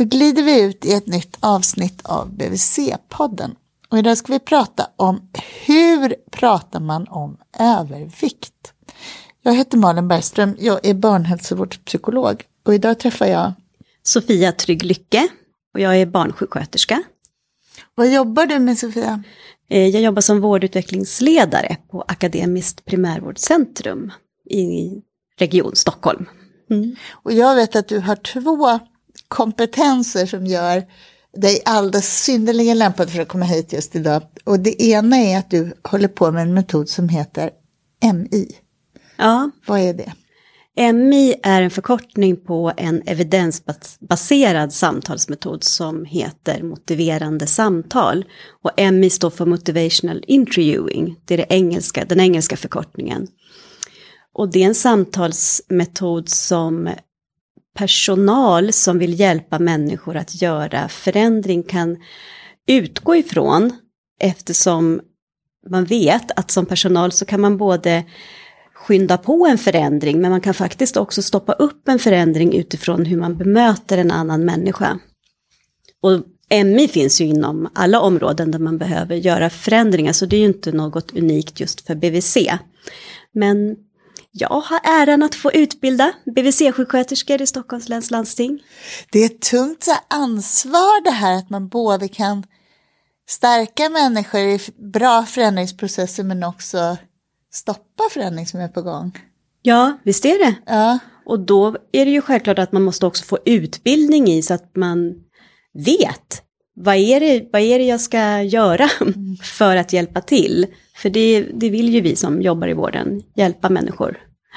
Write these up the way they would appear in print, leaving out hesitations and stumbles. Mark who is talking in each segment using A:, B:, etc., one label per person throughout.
A: Då glider vi ut i ett nytt avsnitt av BVC-podden. Och idag ska vi prata om hur pratar man om övervikt. Jag heter Malin Bergström, jag är barnhälsovårdspsykolog och idag träffar jag
B: Sofia Trygg Lycke och jag är barnsjuksköterska.
A: Vad jobbar du med, Sofia?
B: Jag jobbar som vårdutvecklingsledare på Akademiskt primärvårdscentrum i Region Stockholm. Mm.
A: Och jag vet att du har 2 kompetenser som gör dig alldeles synnerligen lämpad för att komma hit just idag. Och det ena är att du håller på med en metod som heter MI.
B: Ja.
A: Vad är det?
B: MI är en förkortning på en evidensbaserad samtalsmetod som heter motiverande samtal. Och MI står för Motivational Interviewing, det är den engelska förkortningen. Och det är en samtalsmetod som personal som vill hjälpa människor att göra förändring kan utgå ifrån, eftersom man vet att som personal så kan man både skynda på en förändring, men man kan faktiskt också stoppa upp en förändring utifrån hur man bemöter en annan människa. Och MI finns ju inom alla områden där man behöver göra förändringar, så det är ju inte något unikt just för BVC. Men jag har äran att få utbilda BVC-sjuksköterskor i Stockholms läns landsting.
A: Det är ett tungt ansvar det här att man både kan stärka människor i bra förändringsprocesser men också stoppa förändring som är på gång.
B: Ja, visst är det.
A: Ja.
B: Och då är det ju självklart att man måste också få utbildning i så att man vet vad är det jag ska göra för att hjälpa till. För det vill ju vi som jobbar i vården, hjälpa människor.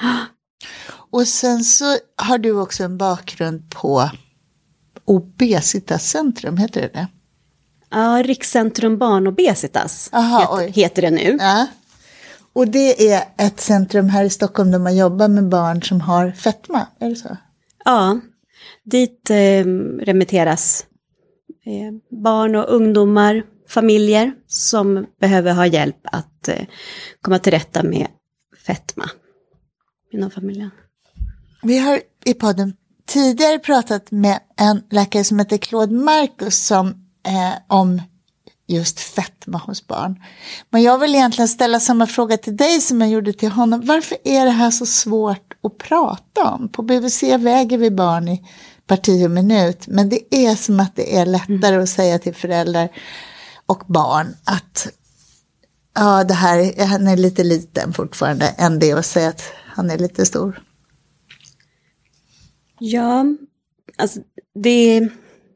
A: Och sen så har du också en bakgrund på Obesitascentrum, heter det?
B: Ja, Rikscentrum Barnobesitas heter det nu.
A: Ja. Och det är ett centrum här i Stockholm där man jobbar med barn som har fetma, är det så?
B: Ja, dit remitteras barn och ungdomar, familjer som behöver ha hjälp att komma till rätta med fetma inom familjen. Vi
A: har i podden tidigare pratat med en läkare som heter Claude Marcus om just fetma hos barn. Men jag vill egentligen ställa samma fråga till dig som jag gjorde till honom. Varför är det här så svårt att prata om? På BVC väger vi barn i parti och minut, men det är som att det är lättare att säga till föräldrar och barn att ja, han är lite liten fortfarande än det att säga att han är lite stor.
B: Ja, alltså det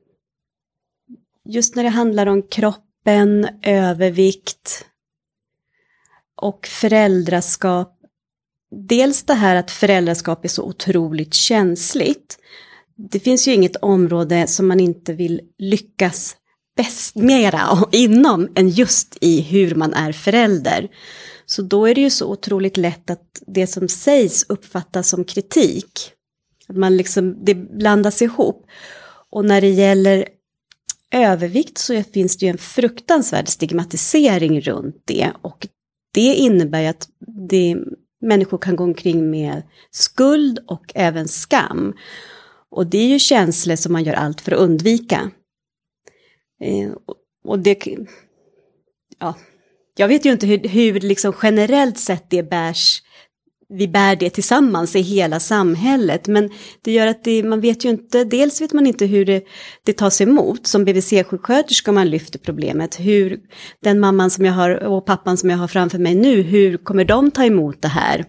B: just när det handlar om kroppen, övervikt och föräldraskap. Dels det här att föräldraskap är så otroligt känsligt. Det finns ju inget område som man inte vill lyckas bäst mera inom än just i hur man är förälder. Så då är det ju så otroligt lätt att det som sägs uppfattas som kritik. Att man det blandas ihop. Och när det gäller övervikt så finns det ju en fruktansvärd stigmatisering runt det. Och det innebär ju att människor kan gå omkring med skuld och även skam. Och det är ju känslor som man gör allt för att undvika. Och det, ja, jag vet ju inte hur generellt sett vi bär det tillsammans i hela samhället. Men det gör att man vet ju inte, dels vet man inte hur det tas emot. Som BVC-sjuksköterska man lyfter problemet. Hur den mamman som jag har och pappan som jag har framför mig nu, hur kommer de ta emot det här?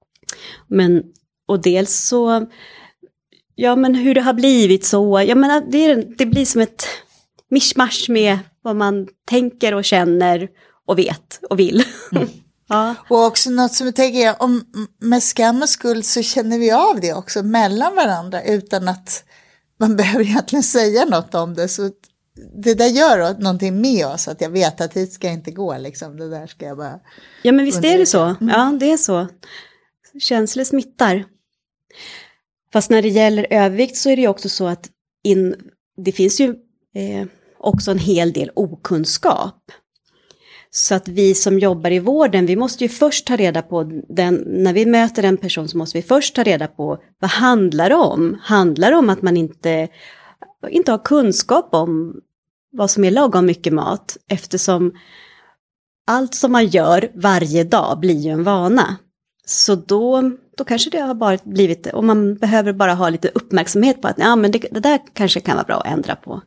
B: Och dels så, ja men hur det har blivit så, jag menar det blir som ett mischmasch med vad man tänker och känner och vet och vill. Mm. Ja.
A: Och också något som jag tänker, om med skam och skuld så känner vi av det också mellan varandra utan att man behöver egentligen säga något om det. Så det där gör någonting med oss, att jag vet att hit ska jag inte gå liksom, det där ska jag bara...
B: Ja men visst är det så, ja det är så. Känslor smittar. Fast när det gäller övervikt så är det ju också så att det finns ju också en hel del okunskap. Så att vi som jobbar i vården, vi måste ju först ta reda på när vi möter en person så måste vi först ta reda på vad handlar det om? Handlar det om att man inte inte har kunskap om vad som är lagom mycket mat, eftersom allt som man gör varje dag blir ju en vana. Så då kanske det har bara blivit, och man behöver bara ha lite uppmärksamhet på att men det där kanske kan vara bra att ändra på.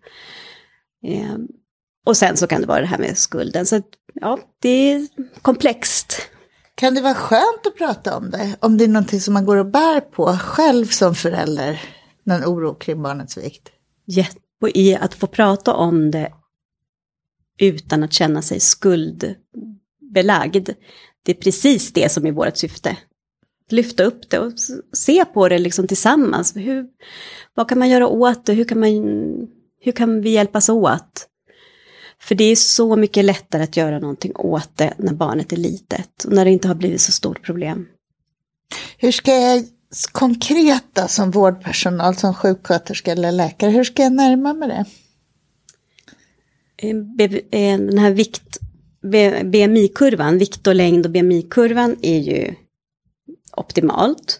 B: Och sen så kan det vara det här med skulden. Så ja, det är komplext. Kan
A: det vara skönt att prata om det? Om det är någonting som man går och bär på själv som förälder, någon oro kring barnets vikt?
B: Och i att få prata om det utan att känna sig skuldbelagd. Det är precis det som är vårt syfte. Lyfta upp det och se på det liksom tillsammans. Vad kan man göra åt det? Hur kan vi hjälpas åt? För det är så mycket lättare att göra någonting åt det när barnet är litet. Och när det inte har blivit så stort problem.
A: Hur ska jag konkreta som vårdpersonal, som sjuksköterska eller läkare, hur ska jag närma mig det?
B: Den här BMI-kurvan, vikt och längd och BMI-kurvan är ju optimalt.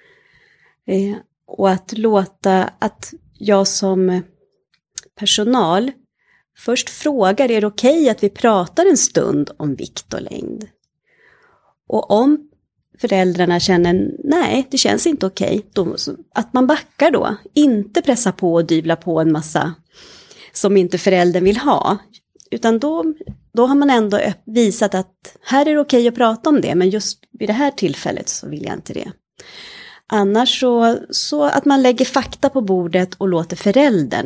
B: Och att låta att jag som personal först frågar, är det okej att vi pratar en stund om vikt och längd? Och om föräldrarna känner nej, det känns inte okej, att man backar då. Inte pressa på och dyvla på en massa som inte föräldern vill ha. Utan då har man ändå visat att här är det okej att prata om det, men just vid det här tillfället så vill jag inte det. Annars så att man lägger fakta på bordet och låter föräldern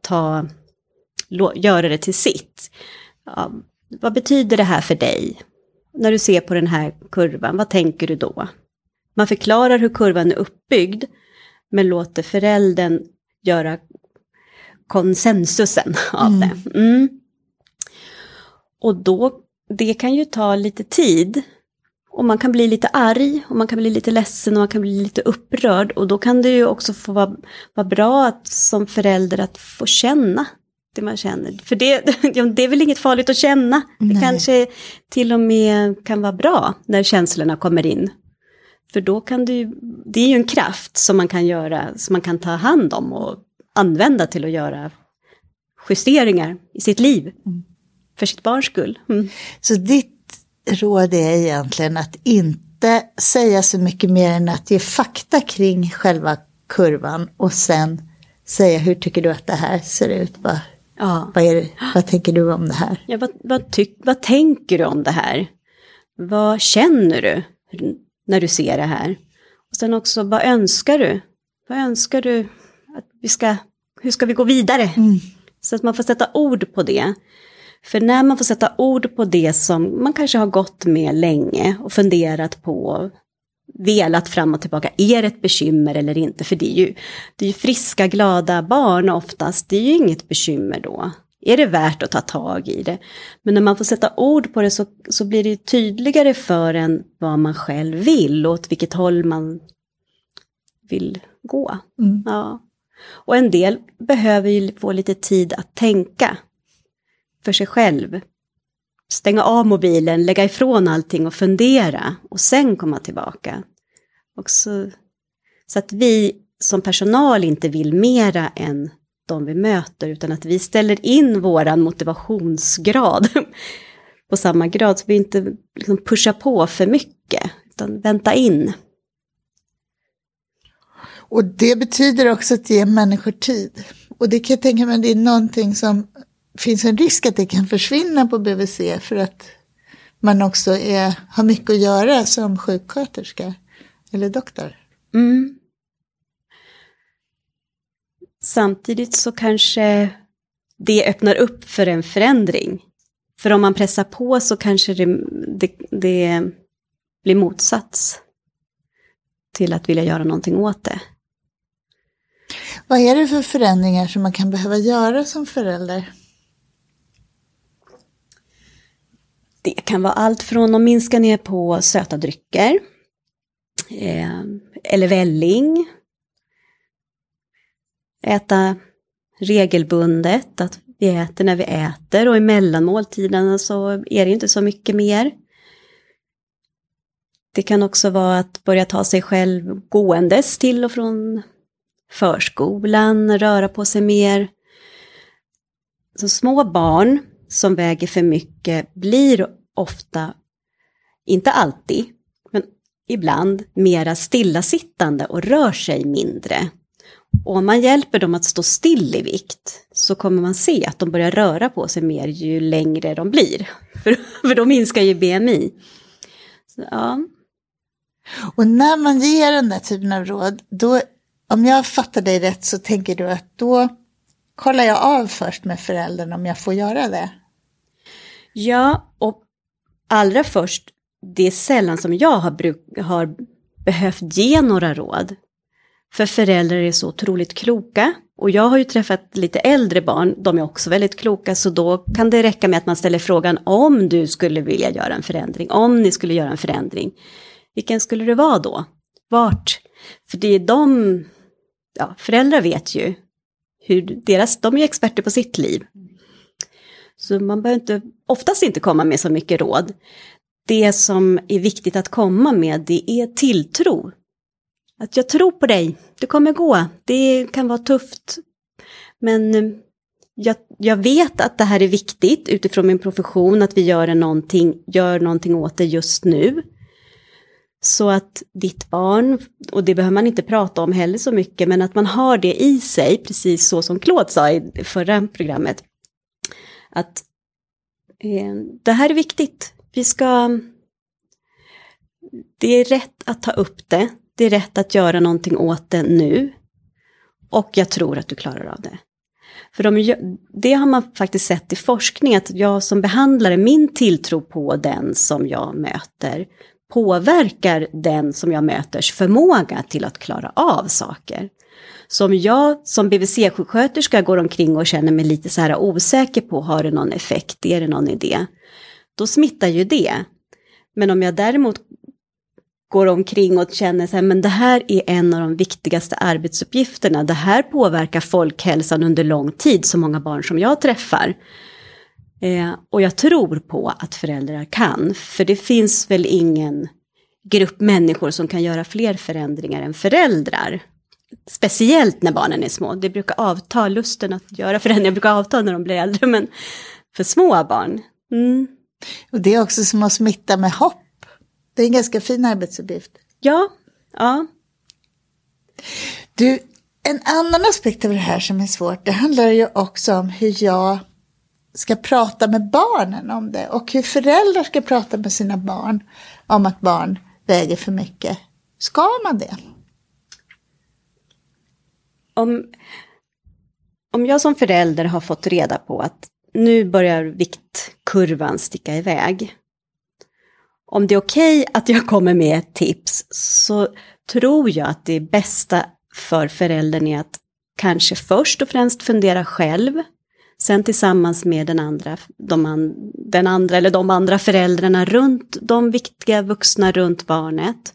B: göra det till sitt. Ja, vad betyder det här för dig? När du ser på den här kurvan, vad tänker du då? Man förklarar hur kurvan är uppbyggd, men låter föräldern göra konsensusen av det. Och då, det kan ju ta lite tid. Och man kan bli lite arg, och man kan bli lite ledsen, och man kan bli lite upprörd. Och då kan det ju också få vara bra att, som förälder att få känna det man känner. För det är väl inget farligt att känna. Nej. Det kanske till och med kan vara bra när känslorna kommer in. För då kan det är ju en kraft som man kan göra, som man kan ta hand om och använda till att göra justeringar i sitt liv. För sitt barns skull.
A: Så ditt råd är egentligen att inte säga så mycket mer än att ge fakta kring själva kurvan och sen säga hur tycker du att det här ser ut? Vad tänker du om det här?
B: Ja, vad tänker du om det här? Vad känner du när du ser det här? Och sen också, vad önskar du? Vad önskar du att hur ska vi gå vidare? Så att man får sätta ord på det. För när man får sätta ord på det som man kanske har gått med länge och funderat på, velat fram och tillbaka, är det ett bekymmer eller inte? För det är ju friska, glada barn oftast, det är ju inget bekymmer då. Är det värt att ta tag i det? Men när man får sätta ord på det så blir det tydligare för en vad man själv vill och åt vilket håll man vill gå. Ja. Och en del behöver ju få lite tid att tänka för sig själv. Stänga av mobilen, lägga ifrån allting och fundera. Och sen komma tillbaka. Så att vi som personal inte vill mera än de vi möter. Utan att vi ställer in våran motivationsgrad på samma grad. Så vi inte liksom pushar på för mycket. Utan vänta in.
A: Och det betyder också att ge människor tid. Och det kan jag tänka mig, det är någonting som finns en risk att det kan försvinna på BVC för att man också har mycket att göra som sjuksköterska eller doktor.
B: Samtidigt så kanske det öppnar upp för en förändring. För om man pressar på så kanske det blir motsats till att vilja göra någonting åt det.
A: Vad är det för förändringar som man kan behöva göra som förälder?
B: Det kan vara allt från att minska ner på söta drycker. Eller välling. Äta regelbundet. Att vi äter när vi äter. Och i mellanmåltiderna så är det inte så mycket mer. Det kan också vara att börja ta sig själv gåendes till och från förskolan, röra på sig mer. Så små barn som väger för mycket blir ofta, inte alltid, men ibland mera stillasittande och rör sig mindre. Och om man hjälper dem att stå still i vikt så kommer man se att de börjar röra på sig mer ju längre de blir. För då minskar ju BMI. Så, ja.
A: Och när man ger den där typen av råd, då, om jag fattar dig rätt så tänker du att då kollar jag av först med föräldern om jag får göra det?
B: Ja, och allra först, det är sällan som jag har behövt ge några råd. För föräldrar är så otroligt kloka. Och jag har ju träffat lite äldre barn, de är också väldigt kloka. Så då kan det räcka med att man ställer frågan om du skulle vilja göra en förändring. Om ni skulle göra en förändring. Vilken skulle det vara då? Vart? För det är föräldrar vet ju hur de är ju experter på sitt liv. Så man behöver oftast inte komma med så mycket råd. Det som är viktigt att komma med, det är tilltro. Att jag tror på dig, det kommer gå. Det kan vara tufft. Men jag vet att det här är viktigt utifrån min profession. Att vi gör någonting åt det just nu. Så att ditt barn, och det behöver man inte prata om heller så mycket. Men att man har det i sig, precis så som Claude sa i förra programmet. Att det här är viktigt. Det är rätt att ta upp det. Det är rätt att göra någonting åt det nu. Och jag tror att du klarar av det. För det har man faktiskt sett i forskning. Att jag som behandlare, min tilltro på den som jag möter påverkar den som jag möters förmåga till att klara av saker. Så om jag som BVC-sjuksköterska går omkring och känner mig lite så här osäker på, har det någon effekt, är det någon idé? Då smittar ju det. Men om jag däremot går omkring och känner så här, men det här är en av de viktigaste arbetsuppgifterna. Det här påverkar folkhälsan under lång tid, så många barn som jag träffar. Och jag tror på att föräldrar kan. För det finns väl ingen grupp människor som kan göra fler förändringar än föräldrar. Speciellt när barnen är små. Det brukar avta, lusten att göra förändringar brukar avta när de blir äldre. Men för små barn.
A: Och det är också som att smitta med hopp. Det är en ganska fin arbetsuppgift.
B: Ja.
A: Du, en annan aspekt av det här som är svårt, det handlar ju också om hur jag ska prata med barnen om det. Och hur föräldrar ska prata med sina barn om att barn väger för mycket. Ska man det?
B: Om jag som förälder har fått reda på att nu börjar viktkurvan sticka iväg. Om det är okej att jag kommer med ett tips, så tror jag att det bästa för föräldern är att kanske först och främst fundera själv. Sen tillsammans med de andra föräldrarna runt, de viktiga vuxna runt barnet.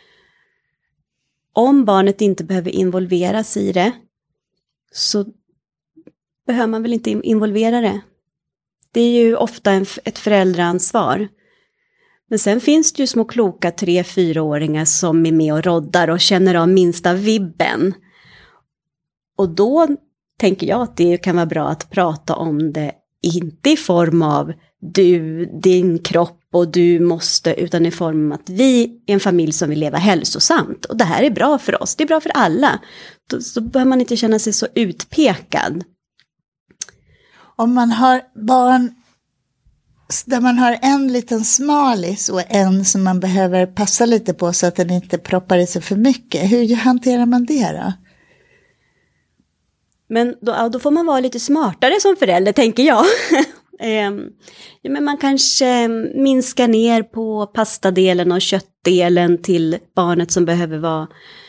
B: Om barnet inte behöver involveras i det, så behöver man väl inte involvera det. Det är ju ofta ett föräldraansvar. Men sen finns det ju små kloka 3-4-åringar som är med och roddar och känner av minsta vibben. Och då tänker jag att det kan vara bra att prata om det, inte i form av din kropp och du måste, utan i form av att vi är en familj som vill leva hälsosamt. Och det här är bra för oss, det är bra för alla. Så behöver man inte känna sig så utpekad.
A: Om man har barn där man har en liten smalis och en som man behöver passa lite på så att den inte proppar i sig för mycket. Hur hanterar man det då?
B: Men då får man vara lite smartare som förälder, tänker jag. Men man kanske minskar ner på pastadelen och köttdelen till barnet som behöver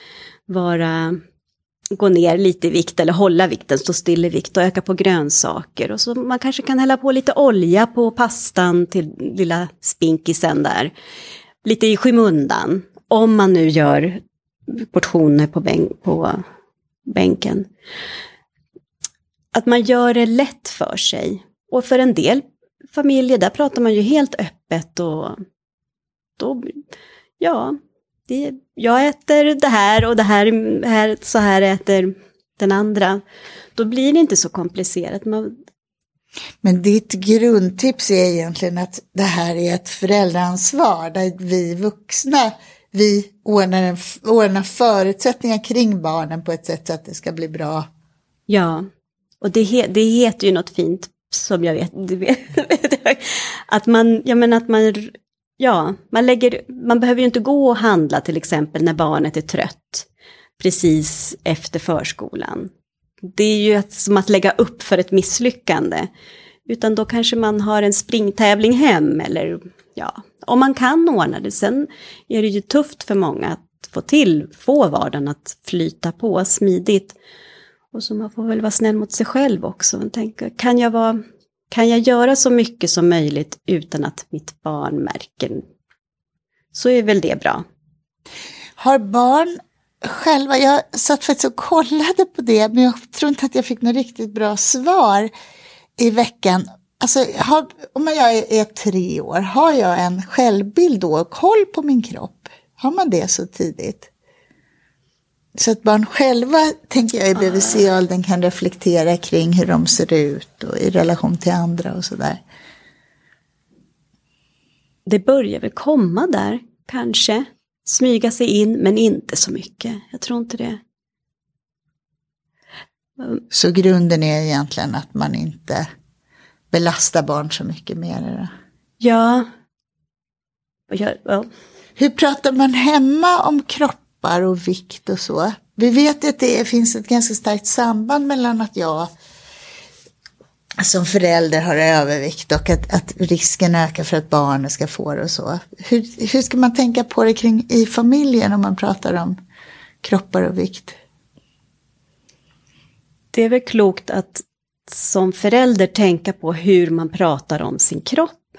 B: gå ner lite i vikt eller hålla vikten, stå still i vikt och öka på grönsaker. Och så man kanske kan hälla på lite olja på pastan till lilla spinkisen där. Lite i skymundan. Om man nu gör portioner på bänken. Att man gör det lätt för sig. Och för en del familjer där pratar man ju helt öppet och då, jag äter det här och det här så här äter den andra. Då blir det inte så komplicerat.
A: Men ditt grundtips är egentligen att det här är ett föräldraansvar där vi vuxna, vi ordnar förutsättningar kring barnen på ett sätt så att det ska bli bra.
B: Ja, och det heter ju något fint som jag vet, du vet att man behöver ju inte gå och handla till exempel när barnet är trött precis efter förskolan. Det är ju som att lägga upp för ett misslyckande. Utan då kanske man har en springtävling hem eller om man kan ordna det. Sen är det ju tufft för många att få vardagen att flyta på smidigt. Och så man får väl vara snäll mot sig själv också. Och tänka, kan jag göra så mycket som möjligt utan att mitt barn märker? Så är väl det bra.
A: Har barn själva, jag satt faktiskt och kollade på det, men jag tror inte att jag fick något riktigt bra svar i veckan. Alltså, om jag är 3 år, har jag en självbild då och koll på min kropp? Har man det så tidigt? Så att barn själva, tänker jag, i BVC-åldern kan reflektera kring hur de ser ut och i relation till andra och sådär.
B: Det börjar väl komma där, kanske. Smyga sig in, men inte så mycket. Jag tror inte det.
A: Så grunden är egentligen att man inte belastar barn så mycket mer?
B: Ja.
A: Hur pratar man hemma om kroppar och vikt och så? Vi vet att det finns ett ganska starkt samband mellan att jag som förälder har övervikt och att risken ökar för att barnen ska få det och så. Hur ska man tänka på det i familjen om man pratar om kroppar och vikt?
B: Det är väl klokt att som förälder tänka på hur man pratar om sin kropp.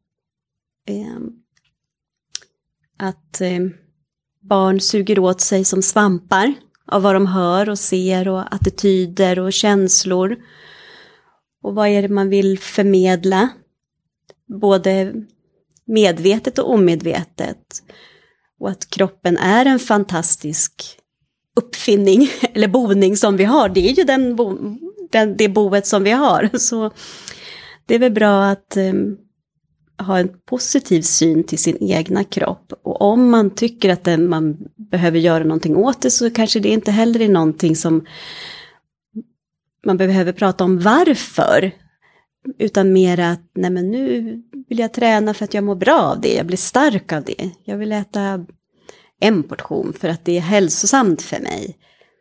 B: Att barn suger åt sig som svampar av vad de hör och ser och attityder och känslor. Och vad är det man vill förmedla? Både medvetet och omedvetet. Och att kroppen är en fantastisk uppfinning eller boning som vi har. Det är ju det boet som vi har. Så det är väl bra att ha en positiv syn till sin egna kropp. Och om man tycker att man behöver göra någonting åt det, så kanske det inte heller är någonting som man behöver prata om varför. Utan mer att nej, men nu vill jag träna för att jag mår bra av det. Jag blir stark av det. Jag vill äta en portion för att det är hälsosamt för mig.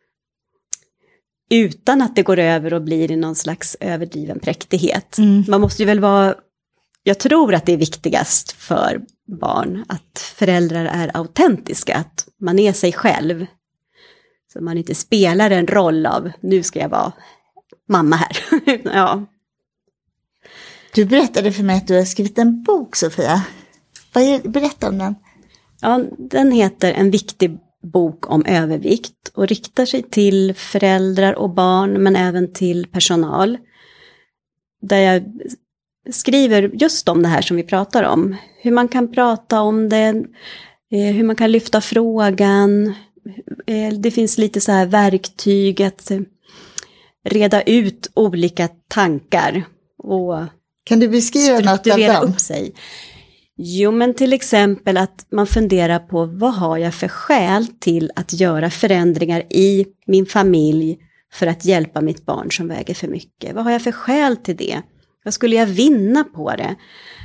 B: Utan att det går över och blir i någon slags överdriven präktighet. Man måste ju väl jag tror att det är viktigast för barn att föräldrar är autentiska. Att man är sig själv. Så man inte spelar en roll av nu ska jag vara mamma här. Ja.
A: Du berättade för mig att du har skrivit en bok, Sofia. Berätta om den.
B: Ja, den heter En viktig bok om övervikt och riktar sig till föräldrar och barn men även till personal. Där jag skriver just om det här som vi pratar om. Hur man kan prata om det, hur man kan lyfta frågan. Det finns lite så här verktyg att reda ut olika tankar. Och
A: kan du beskriva något av dem?
B: Upp sig. Jo, men till exempel att man funderar på vad har jag för skäl till att göra förändringar i min familj för att hjälpa mitt barn som väger för mycket. Vad har jag för skäl till det? Vad skulle jag vinna på det?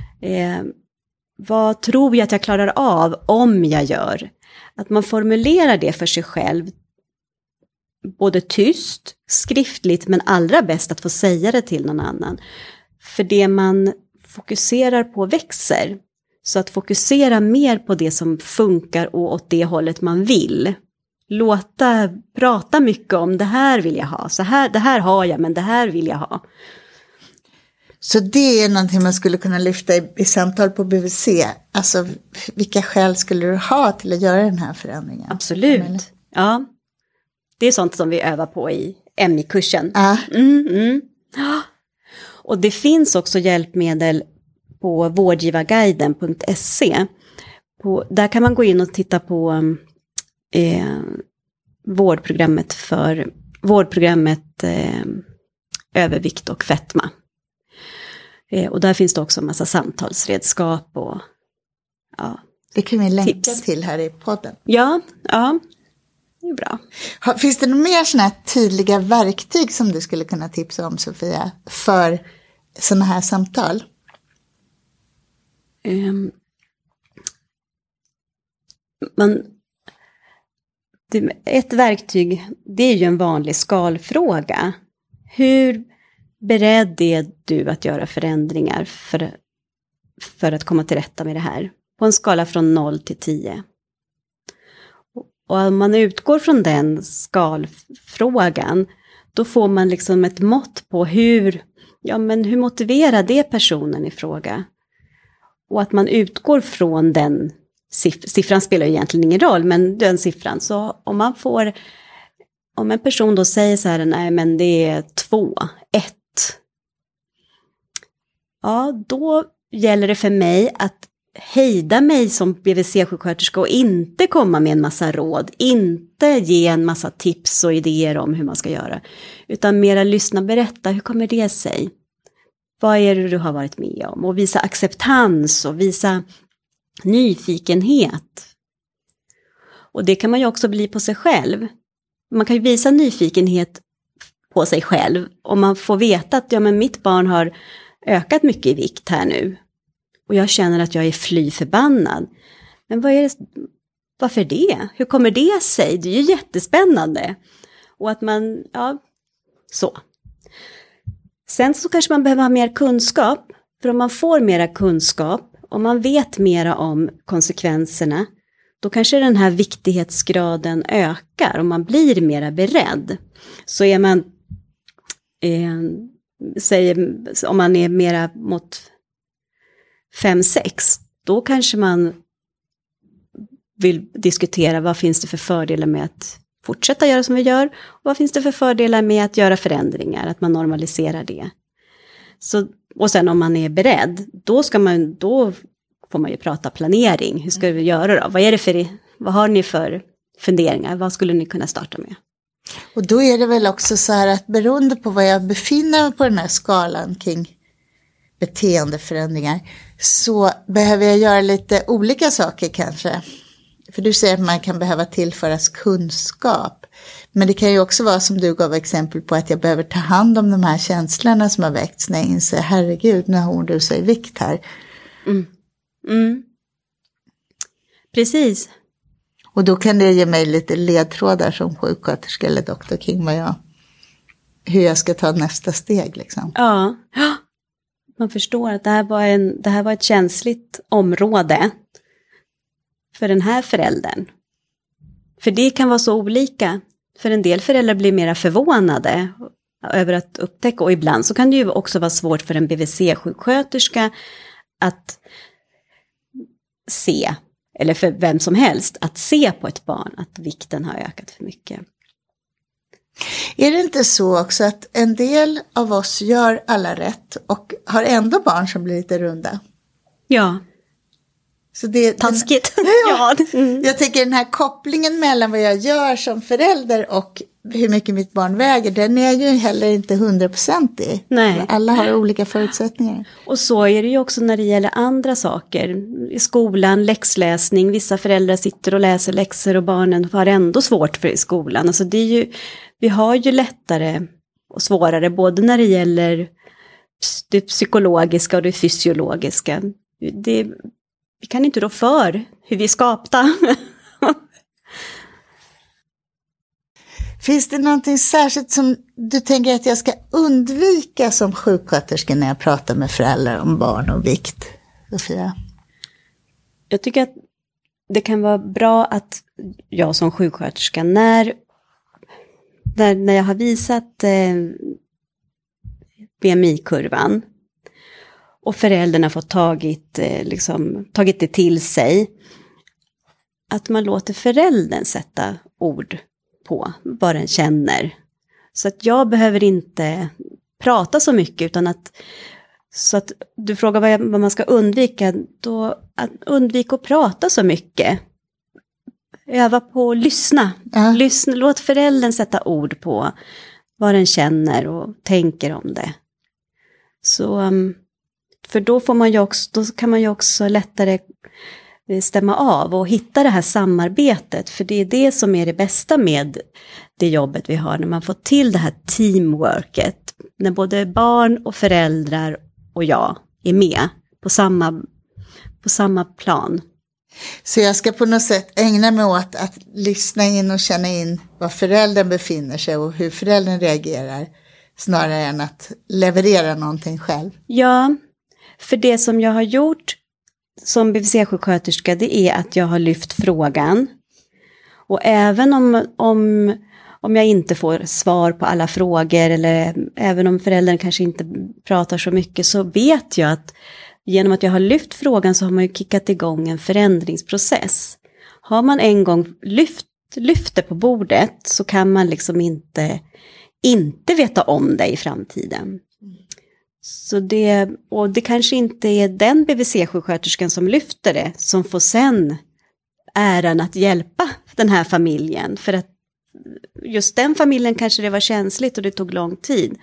B: Vad tror jag att jag klarar av om jag gör? Att man formulerar det för sig själv. Både tyst, skriftligt, men allra bäst att få säga det till någon annan. För det man fokuserar på växer. Så att fokusera mer på det som funkar och åt det hållet man vill. Prata mycket om det här vill jag ha. Det här har jag, men det här vill jag ha.
A: Så det är någonting man skulle kunna lyfta i samtal på BVC. Alltså vilka skäl skulle du ha till att göra den här förändringen?
B: Absolut, ja. Det är sånt som vi övar på i MI-kursen.
A: Ja.
B: Och det finns också hjälpmedel på vårdgivarguiden.se Där kan man gå in och titta på vårdprogrammet övervikt och fetma. Och där finns det också en massa samtalsredskap och
A: det kan vi länka
B: tips
A: till här i podden.
B: Ja, det är bra.
A: Finns det några mer sådana här tydliga verktyg som du skulle kunna tipsa om, Sofia, för sådana här samtal?
B: Ett verktyg, det är ju en vanlig skalfråga. Hur beredd är du att göra förändringar för att komma till rätta med det här? På en skala från 0 till 10. Och om man utgår från den skalfrågan, då får man liksom ett mått på hur motiverar det personen i fråga? Och att man utgår från den siffran spelar ju egentligen ingen roll, men den siffran. Så om en person då säger så här, nej men det är 2, 1. Ja, då gäller det för mig att hejda mig som BVC-sjuksköterska och inte komma med en massa råd, inte ge en massa tips och idéer om hur man ska göra, utan mera lyssna, berätta, hur kommer det sig? Vad är det du har varit med om? Och visa acceptans och visa nyfikenhet. Och det kan man ju också bli på sig själv. Man kan ju visa nyfikenhet på sig själv om man får veta att mitt barn har ökat mycket i vikt här nu. Och jag känner att jag är fly förbannad. Men varför det? Hur kommer det sig? Det är ju jättespännande. Och att man, så. Sen så kanske man behöver ha mer kunskap. För om man får mera kunskap, om man vet mera om konsekvenserna, då kanske den här viktighetsgraden ökar och man blir mera beredd. Så är man, om man är mera mot 5-6, då kanske man vill diskutera vad finns det för fördelar med att fortsätta göra som vi gör, och vad finns det för fördelar med att göra förändringar, att man normaliserar det. Så, och sen om man är beredd, då får man ju prata planering. Hur ska vi göra då? Vad har ni för funderingar? Vad skulle ni kunna starta med?
A: Och då är det väl också så här att beroende på vad jag befinner mig på den här skalan kring beteendeförändringar, så behöver jag göra lite olika saker kanske. För du säger att man kan behöva tillföras kunskap. Men det kan ju också vara, som du gav exempel på, att jag behöver ta hand om de här känslorna som har väckts när jag inser, herregud, nu har hon du sig vikt här.
B: Precis.
A: Och då kan det ge mig lite ledtrådar som sjuksköterska eller doktor kring hur jag ska ta nästa steg liksom.
B: Ja, man förstår att det här var ett känsligt område för den här föräldern. För det kan vara så olika. För en del föräldrar blir mera förvånade över att upptäcka. Och ibland så kan det ju också vara svårt för en BVC-sjuksköterska att se, eller för vem som helst, att se på ett barn att vikten har ökat för mycket.
A: Är det inte så också att en del av oss gör alla rätt och har ändå barn som blir lite runda?
B: Ja.
A: Så det,
B: taskigt.
A: Ja. Jag tänker den här kopplingen mellan vad jag gör som förälder och hur mycket mitt barn väger, den är ju heller inte 100%.
B: Nej.
A: Alla har olika förutsättningar.
B: Och så är det ju också när det gäller andra saker. I skolan, läxläsning, vissa föräldrar sitter och läser läxor och barnen har ändå svårt för i skolan. Alltså det är ju, vi har ju lättare och svårare både när det gäller det psykologiska och det fysiologiska. Vi kan inte rå för hur vi är skapta.
A: Finns det någonting särskilt som du tänker att jag ska undvika som sjuksköterska när jag pratar med föräldrar om barn och vikt, Sofia?
B: Jag tycker att det kan vara bra att jag som sjuksköterska, när jag har visat BMI-kurvan och föräldrarna får tagit det till sig, att man låter föräldern sätta ord på vad den känner. Så att jag behöver inte prata så mycket, utan att Så att du frågar vad man ska undvika, då att undvika att prata så mycket. Öva på att lyssna. Lyssna. Låt föräldern sätta ord på vad den känner och tänker om det. Så, för då kan man ju också lättare stämma av och hitta det här samarbetet. För det är det som är det bästa med det jobbet vi har. När man får till det här teamworket. När både barn och föräldrar och jag är med på samma plan.
A: Så jag ska på något sätt ägna mig åt att lyssna in och känna in var föräldern befinner sig och hur föräldern reagerar. Snarare än att leverera någonting själv. Ja,
B: för det som jag har gjort som BVC-sjuksköterska, det är att jag har lyft frågan. Och även om jag inte får svar på alla frågor eller även om föräldern kanske inte pratar så mycket, så vet jag att genom att jag har lyft frågan så har man ju kickat igång en förändringsprocess. Har man en gång lyft det på bordet så kan man liksom inte veta om det i framtiden. Så det kanske inte är den BVC-sjuksköterskan som lyfter det som får sen äran att hjälpa den här familjen. För att just den familjen kanske det var känsligt och det tog lång tid.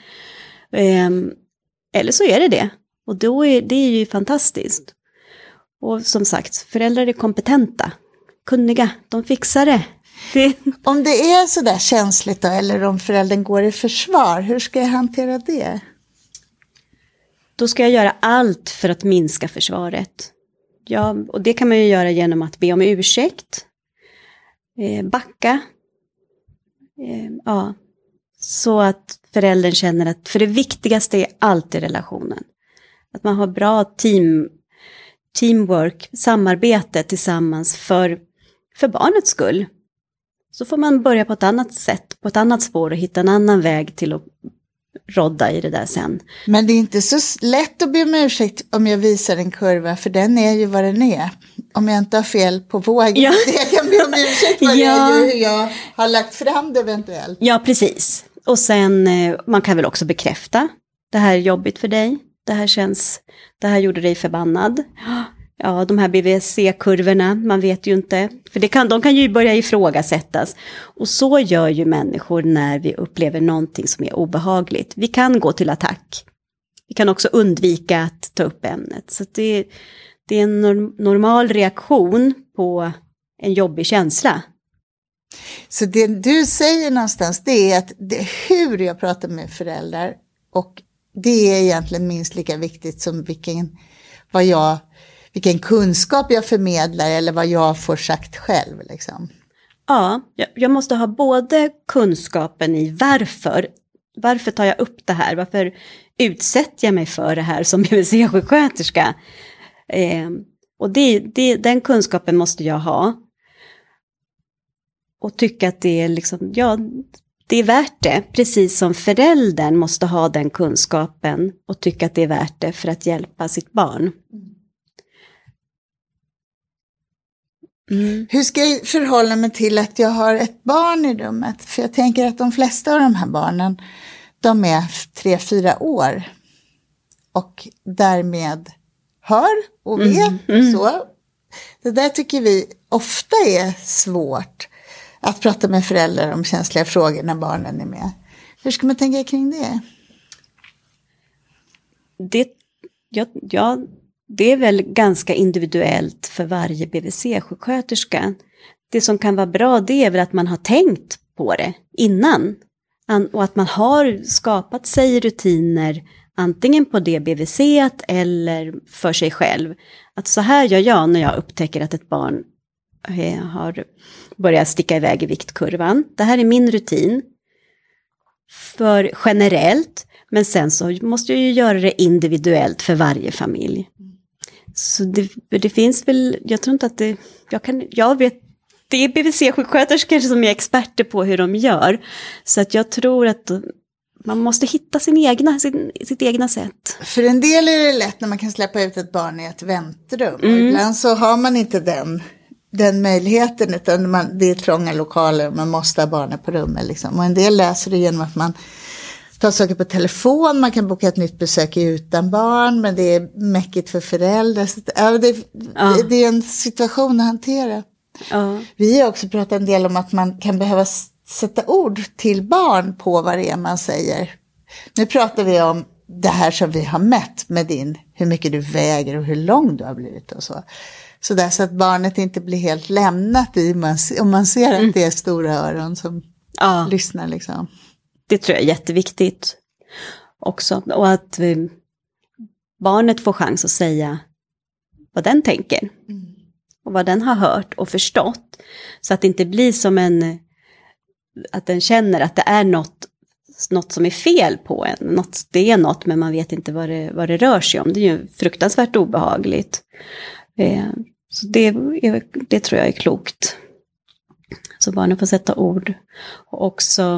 B: Eller så är det. Och då det är ju fantastiskt. Och som sagt, föräldrar är kompetenta, kunniga, de fixar det.
A: Om det är så där känsligt då, eller om föräldern går i försvar, hur ska jag hantera det?
B: Då ska jag göra allt för att minska försvaret. Ja, och det kan man ju göra genom att be om ursäkt, backa. Ja, så att föräldern känner att, för det viktigaste är alltid relationen. Att man har bra teamwork, samarbete tillsammans för barnets skull. Så får man börja på ett annat sätt, på ett annat spår och hitta en annan väg till att rodda i det där sen.
A: Men det är inte så lätt att be om ursäkt om jag visar en kurva, för den är ju vad den är. Om jag inte har fel på vågen, ja. Jag kan be om ursäkt för ja. Det är ju hur jag har lagt fram det eventuellt.
B: Ja, precis. Och sen, man kan väl också bekräfta, det här är jobbigt för dig. Det här gjorde dig förbannad. Ja, de här BVC-kurvorna, man vet ju inte. För de kan ju börja ifrågasättas. Och så gör ju människor när vi upplever någonting som är obehagligt. Vi kan gå till attack. Vi kan också undvika att ta upp ämnet. Så det är en normal reaktion på en jobbig känsla.
A: Så det du säger någonstans, det är att hur jag pratar med föräldrar, och det är egentligen minst lika viktigt som vilken kunskap jag förmedlar eller vad jag får sagt själv. Liksom.
B: Ja, jag måste ha både kunskapen i varför tar jag upp det här, varför utsätter jag mig för det här som BVC-sjuksköterska. Och den kunskapen måste jag ha. Och tycka att det är liksom, ja, det är värt det. Precis som föräldern måste ha den kunskapen och tycka att det är värt det för att hjälpa sitt barn.
A: Mm. Hur ska jag förhålla mig till att jag har ett barn i rummet? För jag tänker att de flesta av de här barnen, de är 3-4 år. Och därmed hör och vet så. Det där tycker vi ofta är svårt. Att prata med föräldrar om känsliga frågor när barnen är med. Hur ska man tänka kring det?
B: Det är väl ganska individuellt för varje BVC-sjuksköterska. Det som kan vara bra, det är väl att man har tänkt på det innan. Och att man har skapat sig rutiner antingen på det BVC eller för sig själv. Att så här gör jag när jag upptäcker att ett barn har börjat sticka iväg i viktkurvan. Det här är min rutin. För generellt, men sen så måste jag ju göra det individuellt för varje familj. Så det finns väl, jag tror inte att jag vet, det är BVC-sjuksköterskor som är experter på hur de gör. Så att jag tror att man måste hitta sitt egna sätt.
A: För en del är det lätt när man kan släppa ut ett barn i ett väntrum. Och ibland så har man inte den möjligheten, utan det är trånga lokaler och man måste ha barnen på rummet. Liksom. Och en del läser det genom att man ta saker på telefon, man kan boka ett nytt besök utan barn, men det är mäckigt för föräldrar. Så det är en situation att hantera. Vi har också pratat en del om att man kan behöva sätta ord till barn på vad det är man säger. Nu pratar vi om det här som vi har mätt med hur mycket du väger och hur lång du har blivit och så. Så att barnet inte blir helt lämnat om man ser att det är stora öron som lyssnar liksom.
B: Det tror jag är jätteviktigt också. Och att barnet får chans att säga vad den tänker. Och vad den har hört och förstått. Så att det inte blir som att den känner att det är något som är fel på en. Det är något, men man vet inte vad det rör sig om. Det är ju fruktansvärt obehagligt. Så det tror jag är klokt. Så barnen får sätta ord. Och också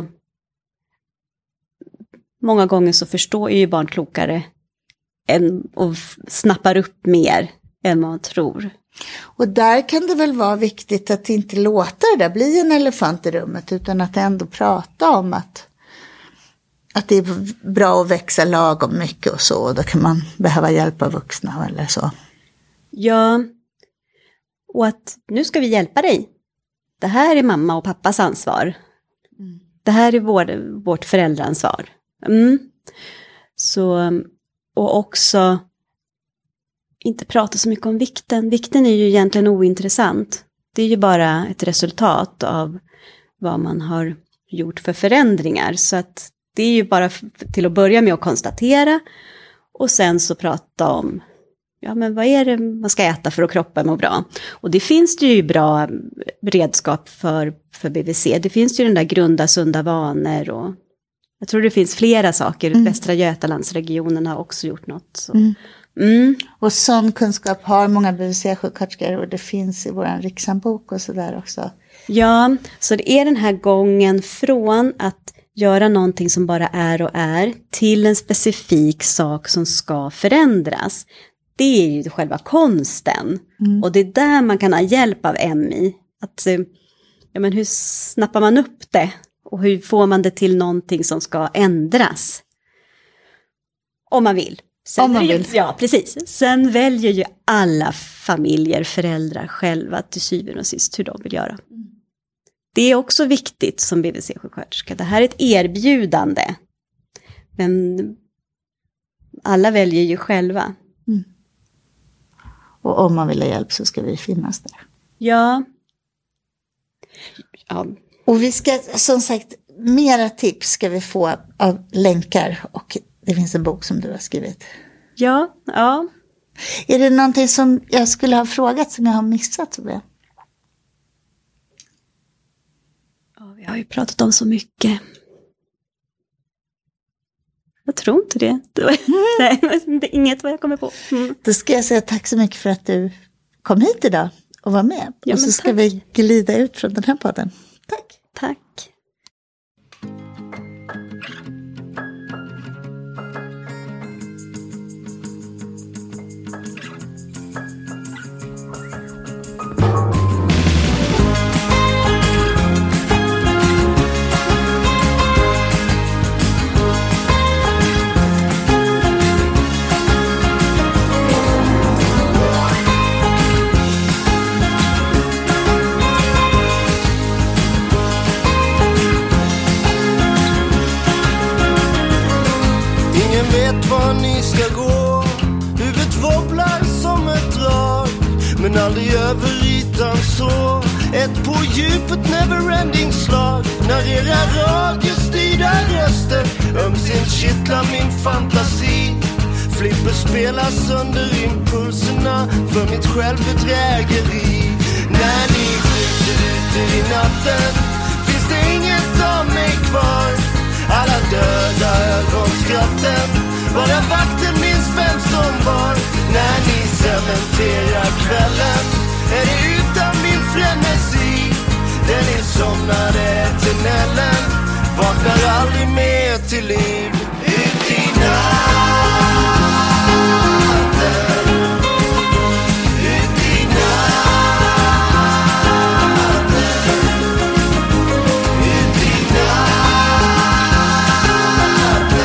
B: många gånger så förstår ju barn klokare och snappar upp mer än man tror.
A: Och där kan det väl vara viktigt att inte låta det där bli en elefant i rummet, utan att ändå prata om att det är bra att växa lagom mycket och så. Och då kan man behöva hjälp av vuxna eller så. Ja,
B: och att nu ska vi hjälpa dig. Det här är mamma och pappas ansvar. Det här är vårt föräldraansvar. Så, och också inte prata så mycket om vikten. Vikten är ju egentligen ointressant. Det är ju bara ett resultat av vad man har gjort för förändringar. Så att det är ju bara till att börja med att konstatera. Och sen så prata om, men vad är det man ska äta för att kroppen mår bra? Och det finns det ju bra redskap för BVC. Det finns ju den där grunda sunda vanor och jag tror det finns flera saker. Västra Götalandsregionen har också gjort något. Så.
A: Och sån kunskap har många BVC-sjuksköterskor och det finns i vår rikshandbok och sådär också.
B: Ja, så det är den här gången från att göra någonting som bara är och är till en specifik sak som ska förändras. Det är ju själva konsten. Och det är där man kan ha hjälp av MI. Att, men hur snappar man upp det? Och hur får man det till någonting som ska ändras? Om man vill. Ja, precis. Sen väljer ju alla familjer, föräldrar själva till syvende och sist hur de vill göra. Det är också viktigt som BVC-sjuksköterska. Det här är ett erbjudande. Men alla väljer ju själva.
A: Och om man vill ha hjälp så ska vi finnas där.
B: Ja.
A: Och vi ska, som sagt, mera tips ska vi få av länkar. Och det finns en bok som du har skrivit.
B: Ja.
A: Är det någonting som jag skulle ha frågat som jag har missat, tror jag?
B: Ja, vi har ju pratat om så mycket. Jag tror inte det. Nej, det är inget vad jag kommer på.
A: Då ska jag säga tack så mycket för att du kom hit idag och var med.
B: Ja,
A: och så ska vi glida ut från den här podden.
B: Tack.
C: Men aldrig över ytan så. Ett på djupet neverending slag. När era radiostyrda röster ömsint kittlar min fantasi. Flipper spelar sönder impulserna för mitt självbedrägeri. När ni skjuter ut i natten finns det inget av mig kvar. Alla döda ögonskratten, bara vakten minns vem som var. När ni cementerar kvällen är det utan min frenesi. Den ni somnade tunnelen vaknar aldrig mer till liv. Ut i natten, ut i natten, ut i natten.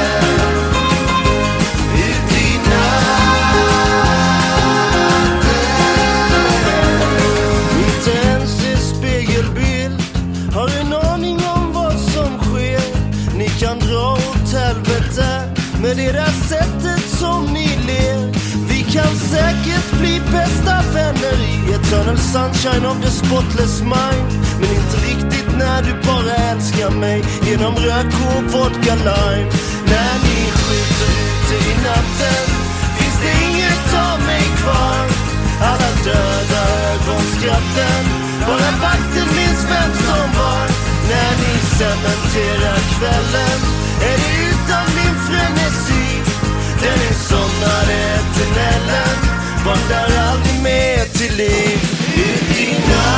C: säkert bli bästa vänner i eternal sunshine of the spotless mind. Men inte riktigt när du bara älskar mig genom rök och vodka lime. När ni skjuter ute i natten finns det inget av mig kvar. Alla döda ögonskratten, bara vakten minns vem som var. När ni cementerar kvällen är det utan min frenesi. Den är somnade tunnelen, vaknar aldrig mer till liv. Ut i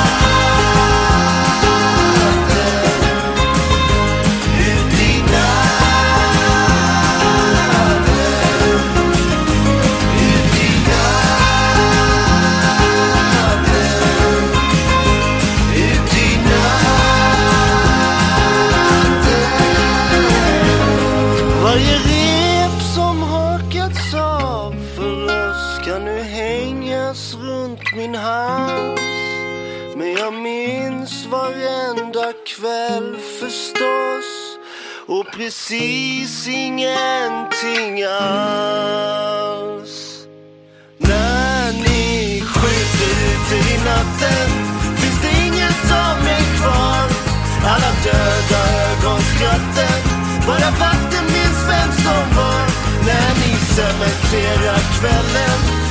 C: natten, ut i natten, ut i natten, ut i natten. Varje rep som hakats av för oss kan nu hängas runt min hals. Men jag minns varenda kväll förstås, och precis ingenting alls. När ni skjuter ute i natten finns det inget av mig kvar. Alla döda ögonskratten, bara vatten minns vem som var. När ni cementerar kvällen